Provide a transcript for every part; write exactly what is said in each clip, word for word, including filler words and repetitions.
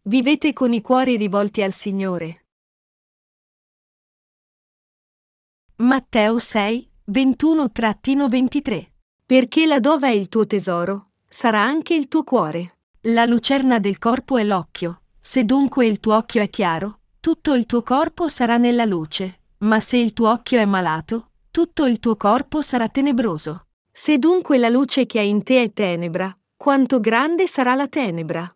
Vivete con i cuori rivolti al Signore. Matteo sei, ventuno ventitré. Perché laddove è il tuo tesoro, sarà anche il tuo cuore. La lucerna del corpo è l'occhio. Se dunque il tuo occhio è chiaro, tutto il tuo corpo sarà nella luce, ma se il tuo occhio è malato, tutto il tuo corpo sarà tenebroso. Se dunque la luce che è in te è tenebra, quanto grande sarà la tenebra?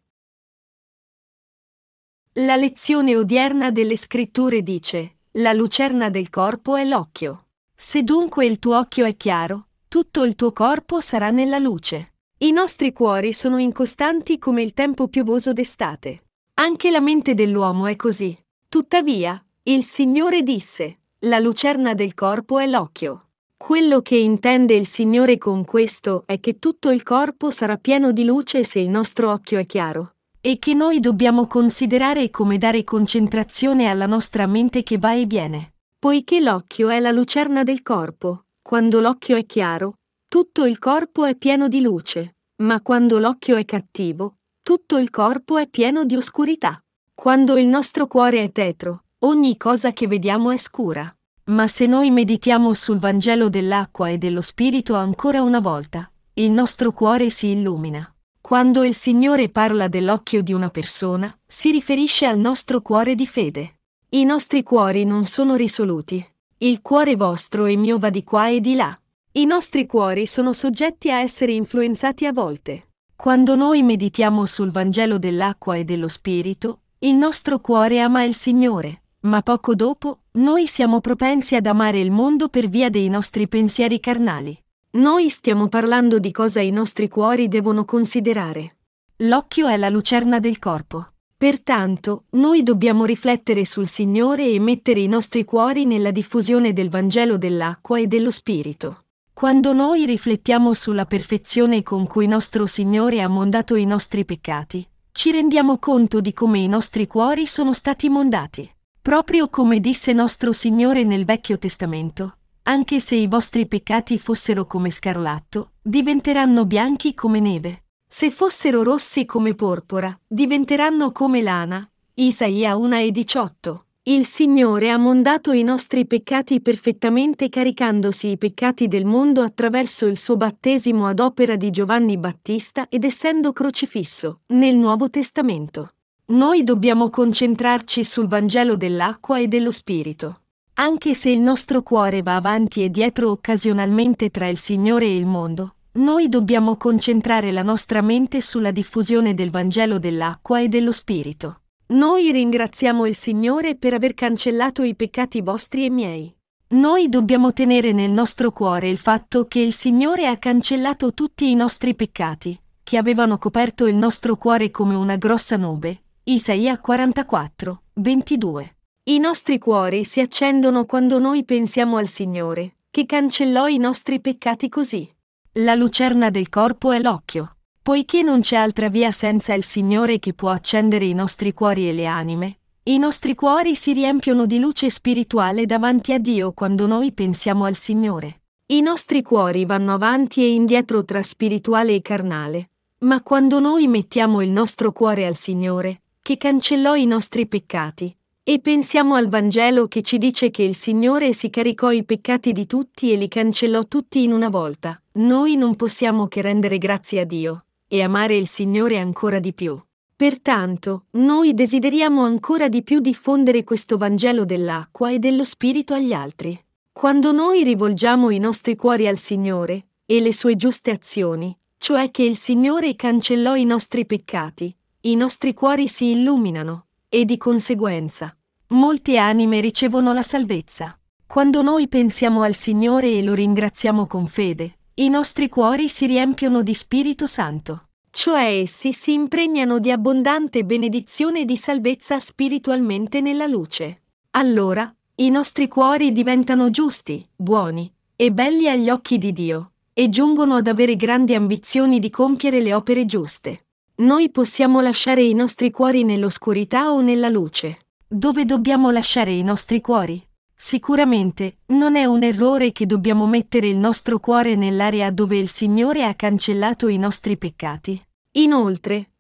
La lezione odierna delle Scritture dice: la lucerna del corpo è l'occhio. Se dunque il tuo occhio è chiaro, tutto il tuo corpo sarà nella luce. I nostri cuori sono incostanti come il tempo piovoso d'estate. Anche la mente dell'uomo è così. Tuttavia, il Signore disse: la lucerna del corpo è l'occhio. Quello che intende il Signore con questo è che tutto il corpo sarà pieno di luce se il nostro occhio è chiaro, e che noi dobbiamo considerare come dare concentrazione alla nostra mente che va e viene. Poiché l'occhio è la lucerna del corpo, quando l'occhio è chiaro, tutto il corpo è pieno di luce, ma quando l'occhio è cattivo, tutto il corpo è pieno di oscurità. Quando il nostro cuore è tetro, ogni cosa che vediamo è scura. Ma se noi meditiamo sul Vangelo dell'acqua e dello Spirito ancora una volta, il nostro cuore si illumina. Quando il Signore parla dell'occhio di una persona, si riferisce al nostro cuore di fede. I nostri cuori non sono risoluti. Il cuore vostro e mio va di qua e di là. I nostri cuori sono soggetti a essere influenzati a volte. Quando noi meditiamo sul Vangelo dell'acqua e dello Spirito, il nostro cuore ama il Signore, ma poco dopo, noi siamo propensi ad amare il mondo per via dei nostri pensieri carnali. Noi stiamo parlando di cosa i nostri cuori devono considerare. L'occhio è la lucerna del corpo. Pertanto, noi dobbiamo riflettere sul Signore e mettere i nostri cuori nella diffusione del Vangelo dell'acqua e dello Spirito. Quando noi riflettiamo sulla perfezione con cui nostro Signore ha mondato i nostri peccati, ci rendiamo conto di come i nostri cuori sono stati mondati. Proprio come disse nostro Signore nel Vecchio Testamento: anche se i vostri peccati fossero come scarlatto, diventeranno bianchi come neve. Se fossero rossi come porpora, diventeranno come lana. Isaia uno e diciotto. Il Signore ha mondato i nostri peccati perfettamente caricandosi i peccati del mondo attraverso il suo battesimo ad opera di Giovanni Battista ed essendo crocifisso, nel Nuovo Testamento. Noi dobbiamo concentrarci sul Vangelo dell'acqua e dello Spirito. Anche se il nostro cuore va avanti e dietro occasionalmente tra il Signore e il mondo, noi dobbiamo concentrare la nostra mente sulla diffusione del Vangelo dell'acqua e dello Spirito. Noi ringraziamo il Signore per aver cancellato i peccati vostri e miei. Noi dobbiamo tenere nel nostro cuore il fatto che il Signore ha cancellato tutti i nostri peccati, che avevano coperto il nostro cuore come una grossa nube. Isaia quarantaquattro, ventidue. I nostri cuori si accendono quando noi pensiamo al Signore, che cancellò i nostri peccati così. La lucerna del corpo è l'occhio. Poiché non c'è altra via senza il Signore che può accendere i nostri cuori e le anime, i nostri cuori si riempiono di luce spirituale davanti a Dio quando noi pensiamo al Signore. I nostri cuori vanno avanti e indietro tra spirituale e carnale, ma quando noi mettiamo il nostro cuore al Signore, che cancellò i nostri peccati, e pensiamo al Vangelo che ci dice che il Signore si caricò i peccati di tutti e li cancellò tutti in una volta, noi non possiamo che rendere grazie a Dio e amare il Signore ancora di più. Pertanto, noi desideriamo ancora di più diffondere questo Vangelo dell'acqua e dello Spirito agli altri. Quando noi rivolgiamo i nostri cuori al Signore e le sue giuste azioni, cioè che il Signore cancellò i nostri peccati, i nostri cuori si illuminano, e di conseguenza, molte anime ricevono la salvezza. Quando noi pensiamo al Signore e lo ringraziamo con fede, i nostri cuori si riempiono di Spirito Santo, cioè essi si impregnano di abbondante benedizione e di salvezza spiritualmente nella luce. Allora, i nostri cuori diventano giusti, buoni e belli agli occhi di Dio, e giungono ad avere grandi ambizioni di compiere le opere giuste. Noi possiamo lasciare i nostri cuori nell'oscurità o nella luce. Dove dobbiamo lasciare i nostri cuori? Sicuramente, non è un errore che dobbiamo mettere il nostro cuore nell'area dove il Signore ha cancellato i nostri peccati. Inoltre,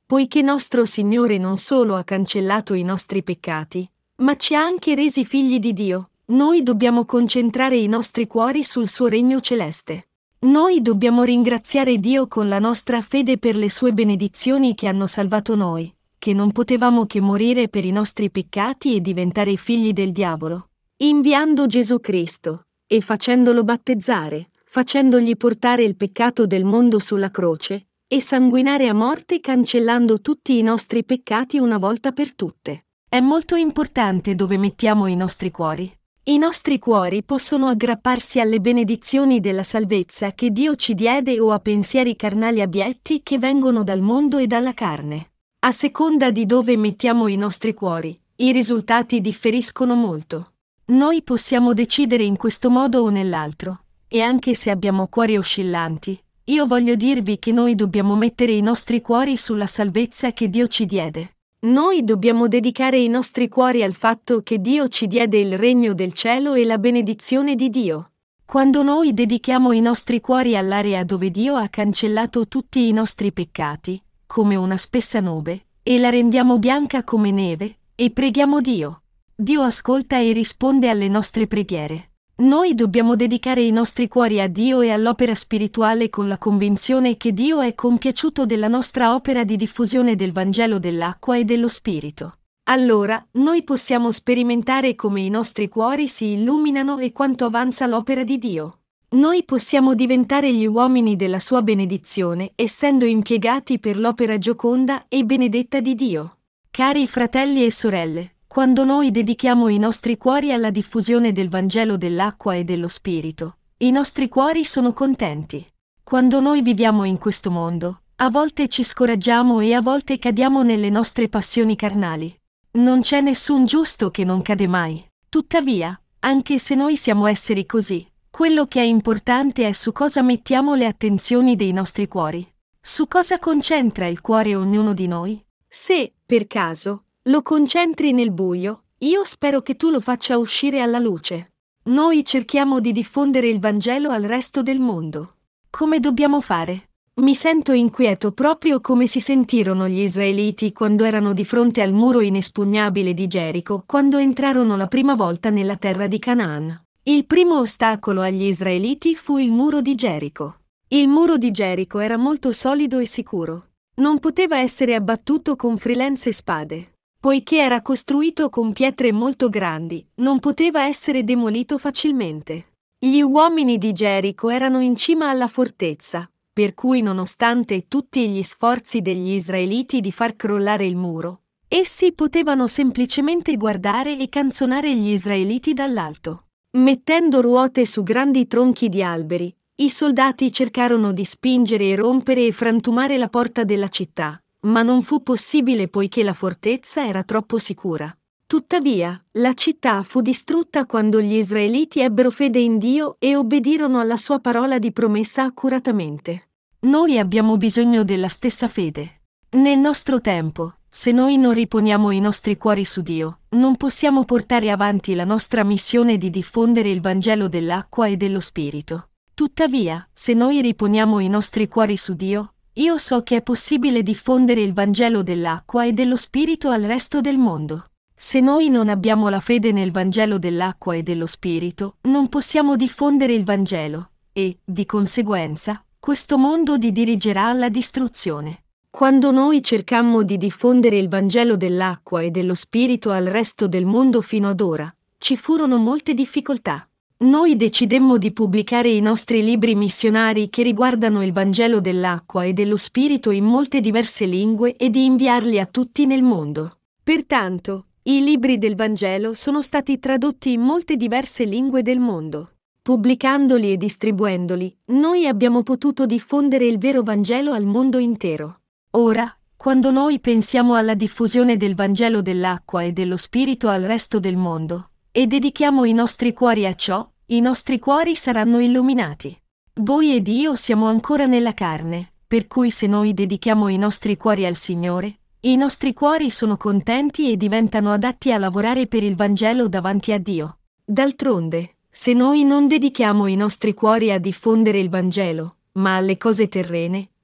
Poiché nostro Signore non solo ha cancellato i nostri peccati, ma ci ha anche resi figli di Dio, noi dobbiamo concentrare i nostri cuori sul suo regno celeste. Noi dobbiamo ringraziare Dio con la nostra fede per le sue benedizioni che hanno salvato noi, che non potevamo che morire per i nostri peccati e diventare figli del diavolo, inviando Gesù Cristo e facendolo battezzare, facendogli portare il peccato del mondo sulla croce e sanguinare a morte cancellando tutti i nostri peccati una volta per tutte. È molto importante dove mettiamo i nostri cuori. I nostri cuori possono aggrapparsi alle benedizioni della salvezza che Dio ci diede o a pensieri carnali abietti che vengono dal mondo e dalla carne. A seconda di dove mettiamo i nostri cuori, i risultati differiscono molto. Noi possiamo decidere in questo modo o nell'altro, e anche se abbiamo cuori oscillanti, io voglio dirvi che noi dobbiamo mettere i nostri cuori sulla salvezza che Dio ci diede. Noi dobbiamo dedicare i nostri cuori al fatto che Dio ci diede il regno del cielo e la benedizione di Dio. Quando noi dedichiamo i nostri cuori all'area dove Dio ha cancellato tutti i nostri peccati, come una spessa nube, e la rendiamo bianca come neve, e preghiamo Dio, Dio ascolta e risponde alle nostre preghiere. Noi dobbiamo dedicare i nostri cuori a Dio e all'opera spirituale con la convinzione che Dio è compiaciuto della nostra opera di diffusione del Vangelo dell'acqua e dello Spirito. Allora, noi possiamo sperimentare come i nostri cuori si illuminano e quanto avanza l'opera di Dio. Noi possiamo diventare gli uomini della sua benedizione, essendo impiegati per l'opera gioconda e benedetta di Dio. Cari fratelli e sorelle, quando noi dedichiamo i nostri cuori alla diffusione del Vangelo dell'acqua e dello Spirito, i nostri cuori sono contenti. Quando noi viviamo in questo mondo, a volte ci scoraggiamo e a volte cadiamo nelle nostre passioni carnali. Non c'è nessun giusto che non cade mai. Tuttavia, anche se noi siamo esseri così, quello che è importante è su cosa mettiamo le attenzioni dei nostri cuori. Su cosa concentra il cuore ognuno di noi? Se, per caso, lo concentri nel buio, io spero che tu lo faccia uscire alla luce. Noi cerchiamo di diffondere il Vangelo al resto del mondo. Come dobbiamo fare? Mi sento inquieto proprio come si sentirono gli israeliti quando erano di fronte al muro inespugnabile di Gerico, quando entrarono la prima volta nella terra di Canaan. Il primo ostacolo agli israeliti fu il muro di Gerico. Il muro di Gerico era molto solido e sicuro. Non poteva essere abbattuto con freelance e spade. Poiché era costruito con pietre molto grandi, non poteva essere demolito facilmente. Gli uomini di Gerico erano in cima alla fortezza, per cui nonostante tutti gli sforzi degli israeliti di far crollare il muro, essi potevano semplicemente guardare e canzonare gli israeliti dall'alto. Mettendo ruote su grandi tronchi di alberi, i soldati cercarono di spingere e rompere e frantumare la porta della città, ma non fu possibile poiché la fortezza era troppo sicura. Tuttavia, la città fu distrutta quando gli israeliti ebbero fede in Dio e obbedirono alla sua parola di promessa accuratamente. Noi abbiamo bisogno della stessa fede. Nel nostro tempo, se noi non riponiamo i nostri cuori su Dio, non possiamo portare avanti la nostra missione di diffondere il Vangelo dell'acqua e dello Spirito. Tuttavia, se noi riponiamo i nostri cuori su Dio, io so che è possibile diffondere il Vangelo dell'acqua e dello Spirito al resto del mondo. Se noi non abbiamo la fede nel Vangelo dell'acqua e dello Spirito, non possiamo diffondere il Vangelo, e, di conseguenza, questo mondo ti dirigerà alla distruzione. Quando noi cercammo di diffondere il Vangelo dell'acqua e dello Spirito al resto del mondo fino ad ora, ci furono molte difficoltà. Noi decidemmo di pubblicare i nostri libri missionari che riguardano il Vangelo dell'acqua e dello Spirito in molte diverse lingue e di inviarli a tutti nel mondo. Pertanto, i libri del Vangelo sono stati tradotti in molte diverse lingue del mondo. Pubblicandoli e distribuendoli, noi abbiamo potuto diffondere il vero Vangelo al mondo intero. Ora, quando noi pensiamo alla diffusione del Vangelo dell'acqua e dello Spirito al resto del mondo, e dedichiamo i nostri cuori a ciò, i nostri cuori saranno illuminati. Voi ed io siamo ancora nella carne, per cui se noi dedichiamo i nostri cuori al Signore, i nostri cuori sono contenti e diventano adatti a lavorare per il Vangelo davanti a Dio. D'altronde, se noi non dedichiamo i nostri cuori a diffondere il Vangelo, ma alle cose terrene,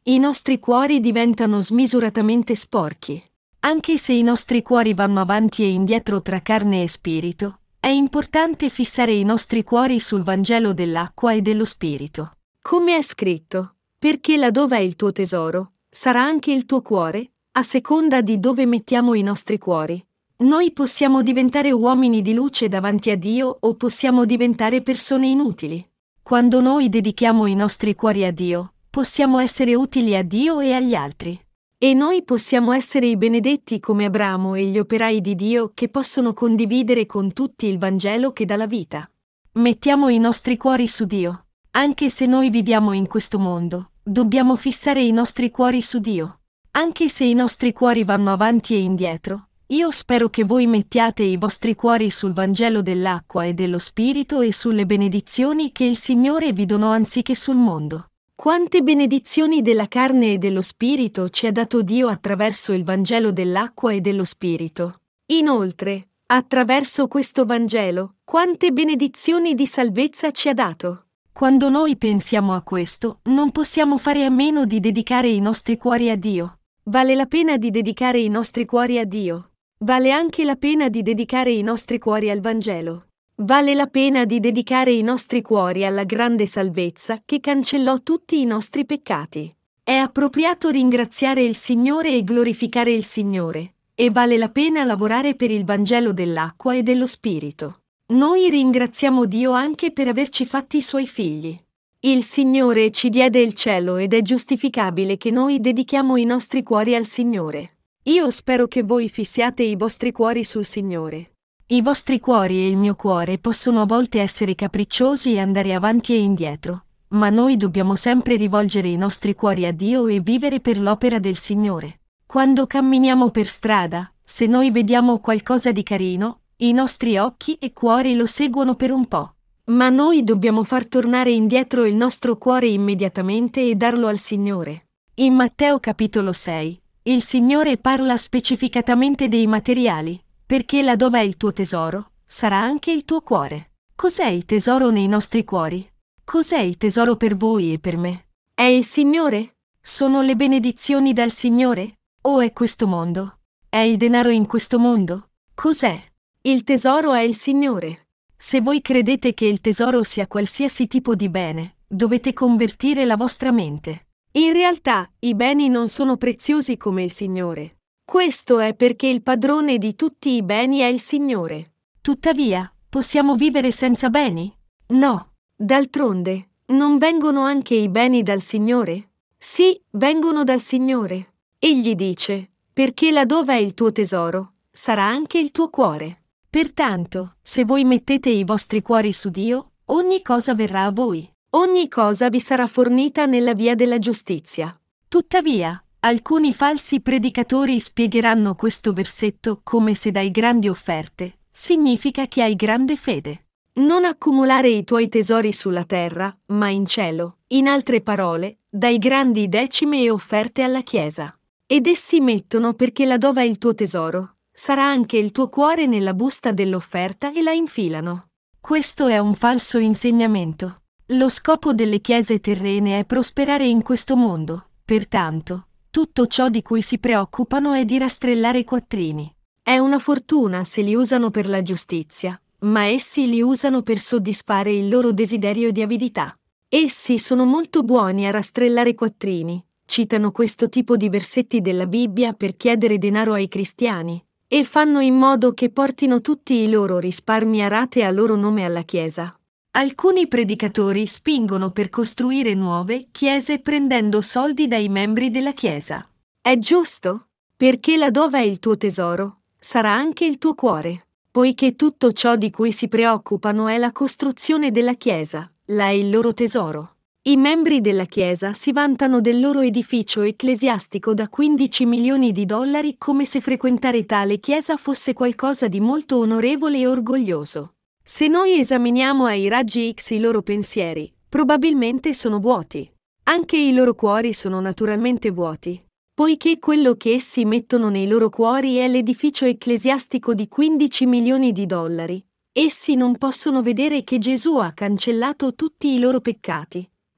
i nostri cuori diventano smisuratamente sporchi. Anche se i nostri cuori vanno avanti e indietro tra carne e spirito, è importante fissare i nostri cuori sul Vangelo dell'acqua e dello Spirito. Come è scritto, perché laddove è il tuo tesoro, sarà anche il tuo cuore, a seconda di dove mettiamo i nostri cuori. Noi possiamo diventare uomini di luce davanti a Dio o possiamo diventare persone inutili. Quando noi dedichiamo i nostri cuori a Dio, possiamo essere utili a Dio e agli altri. E noi possiamo essere i benedetti come Abramo e gli operai di Dio che possono condividere con tutti il Vangelo che dà la vita. Mettiamo i nostri cuori su Dio. Anche se noi viviamo in questo mondo, dobbiamo fissare i nostri cuori su Dio. Anche se i nostri cuori vanno avanti e indietro, io spero che voi mettiate i vostri cuori sul Vangelo dell'acqua e dello Spirito e sulle benedizioni che il Signore vi donò anziché sul mondo. Quante benedizioni della carne e dello Spirito ci ha dato Dio attraverso il Vangelo dell'acqua e dello Spirito. Inoltre, attraverso questo Vangelo, quante benedizioni di salvezza ci ha dato. Quando noi pensiamo a questo, non possiamo fare a meno di dedicare i nostri cuori a Dio. Vale la pena di dedicare i nostri cuori a Dio. Vale anche la pena di dedicare i nostri cuori al Vangelo. Vale la pena di dedicare i nostri cuori alla grande salvezza che cancellò tutti i nostri peccati. È appropriato ringraziare il Signore e glorificare il Signore, e vale la pena lavorare per il Vangelo dell'acqua e dello Spirito. Noi ringraziamo Dio anche per averci fatti Suoi figli. Il Signore ci diede il cielo ed è giustificabile che noi dedichiamo i nostri cuori al Signore. Io spero che voi fissiate i vostri cuori sul Signore. I vostri cuori e il mio cuore possono a volte essere capricciosi e andare avanti e indietro, ma noi dobbiamo sempre rivolgere i nostri cuori a Dio e vivere per l'opera del Signore. Quando camminiamo per strada, se noi vediamo qualcosa di carino, i nostri occhi e cuori lo seguono per un po'. Ma noi dobbiamo far tornare indietro il nostro cuore immediatamente e darlo al Signore. In Matteo capitolo sei, il Signore parla specificatamente dei materiali, perché laddove è il tuo tesoro, sarà anche il tuo cuore. Cos'è il tesoro nei nostri cuori? Cos'è il tesoro per voi e per me? È il Signore? Sono le benedizioni dal Signore? O è questo mondo? È il denaro in questo mondo? Cos'è? Il tesoro è il Signore. Se voi credete che il tesoro sia qualsiasi tipo di bene, dovete convertire la vostra mente. In realtà, i beni non sono preziosi come il Signore. Questo è perché il padrone di tutti i beni è il Signore. Tuttavia, possiamo vivere senza beni? No. D'altronde, non vengono anche i beni dal Signore? Sì, vengono dal Signore. Egli dice, perché laddove è il tuo tesoro, sarà anche il tuo cuore. Pertanto, se voi mettete i vostri cuori su Dio, ogni cosa verrà a voi. Ogni cosa vi sarà fornita nella via della giustizia. Tuttavia, alcuni falsi predicatori spiegheranno questo versetto come se dai grandi offerte, significa che hai grande fede. Non accumulare i tuoi tesori sulla terra, ma in cielo. In altre parole, dai grandi decime e offerte alla Chiesa. Ed essi mettono perché laddove è il tuo tesoro, sarà anche il tuo cuore nella busta dell'offerta e la infilano. Questo è un falso insegnamento. Lo scopo delle chiese terrene è prosperare in questo mondo, pertanto, tutto ciò di cui si preoccupano è di rastrellare quattrini. È una fortuna se li usano per la giustizia, ma essi li usano per soddisfare il loro desiderio di avidità. Essi sono molto buoni a rastrellare quattrini, citano questo tipo di versetti della Bibbia per chiedere denaro ai cristiani, e fanno in modo che portino tutti i loro risparmi a rate a loro nome alla Chiesa. Alcuni predicatori spingono per costruire nuove chiese prendendo soldi dai membri della Chiesa. È giusto? Perché laddove è il tuo tesoro, sarà anche il tuo cuore. Poiché tutto ciò di cui si preoccupano è la costruzione della Chiesa, là è il loro tesoro. I membri della Chiesa si vantano del loro edificio ecclesiastico da quindici milioni di dollari come se frequentare tale Chiesa fosse qualcosa di molto onorevole e orgoglioso. Se noi esaminiamo ai raggi X i loro pensieri, probabilmente sono vuoti. Anche i loro cuori sono naturalmente vuoti, poiché quello che essi mettono nei loro cuori è l'edificio ecclesiastico di quindici milioni di dollari. Essi non possono vedere che Gesù ha cancellato tutti i loro peccati.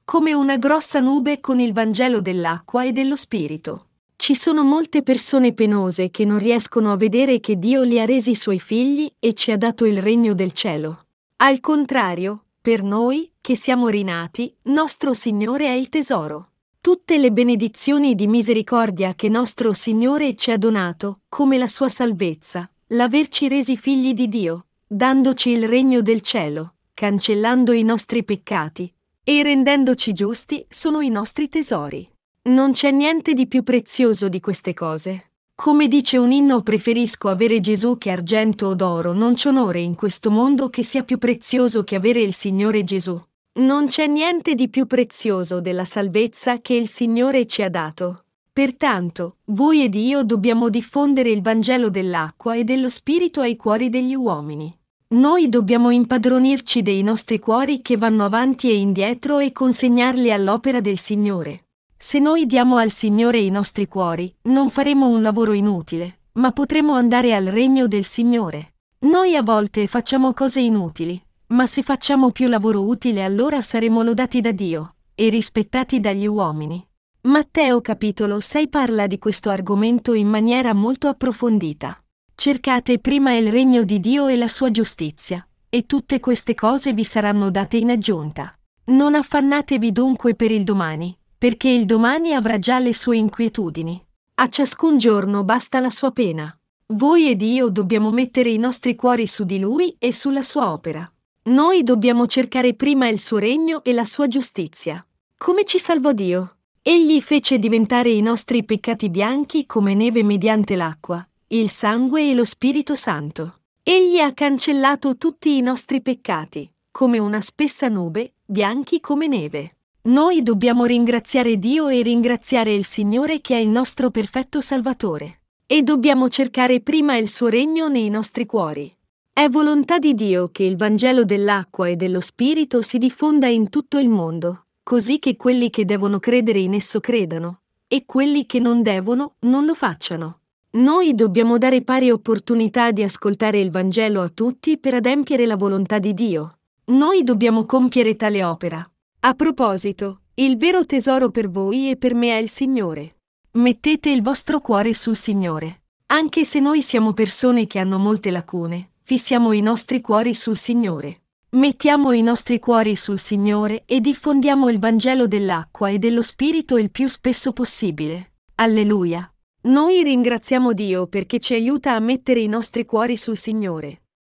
come una grossa nube con il Vangelo dell'acqua e dello Spirito. Ci sono molte persone penose che non riescono a vedere che Dio li ha resi suoi figli e ci ha dato il regno del cielo. Al contrario, per noi, che siamo rinati, nostro Signore è il tesoro. Tutte le benedizioni di misericordia che nostro Signore ci ha donato, come la sua salvezza, l'averci resi figli di Dio, dandoci il regno del cielo, cancellando i nostri peccati e rendendoci giusti, sono i nostri tesori. Non c'è niente di più prezioso di queste cose. Come dice un inno, preferisco avere Gesù che argento o d'oro, non c'è onore in questo mondo che sia più prezioso che avere il Signore Gesù. Non c'è niente di più prezioso della salvezza che il Signore ci ha dato. Pertanto, voi ed io dobbiamo diffondere il Vangelo dell'acqua e dello Spirito ai cuori degli uomini. Noi dobbiamo impadronirci dei nostri cuori che vanno avanti e indietro e consegnarli all'opera del Signore. Se noi diamo al Signore i nostri cuori, non faremo un lavoro inutile, ma potremo andare al regno del Signore. Noi a volte facciamo cose inutili, ma se facciamo più lavoro utile allora saremo lodati da Dio e rispettati dagli uomini. Matteo capitolo sei parla di questo argomento in maniera molto approfondita. Cercate prima il regno di Dio e la sua giustizia, e tutte queste cose vi saranno date in aggiunta. Non affannatevi dunque per il domani, perché il domani avrà già le sue inquietudini. A ciascun giorno basta la sua pena. Voi ed io dobbiamo mettere i nostri cuori su di Lui e sulla sua opera. Noi dobbiamo cercare prima il suo regno e la sua giustizia. Come ci salvò Dio? Egli fece diventare i nostri peccati bianchi come neve mediante l'acqua, il sangue e lo Spirito Santo. Egli ha cancellato tutti i nostri peccati, come una spessa nube, bianchi come neve. Noi dobbiamo ringraziare Dio e ringraziare il Signore che è il nostro perfetto Salvatore. E dobbiamo cercare prima il suo regno nei nostri cuori. È volontà di Dio che il Vangelo dell'acqua e dello Spirito si diffonda in tutto il mondo, così che quelli che devono credere in esso credano, e quelli che non devono non lo facciano. Noi dobbiamo dare pari opportunità di ascoltare il Vangelo a tutti per adempiere la volontà di Dio. Noi dobbiamo compiere tale opera. A proposito, il vero tesoro per voi e per me è il Signore. Mettete il vostro cuore sul Signore. Anche se noi siamo persone che hanno molte lacune, fissiamo i nostri cuori sul Signore. Mettiamo i nostri cuori sul Signore e diffondiamo il Vangelo dell'acqua e dello Spirito il più spesso possibile. Alleluia! Noi ringraziamo Dio perché ci aiuta a mettere i nostri cuori sul Signore.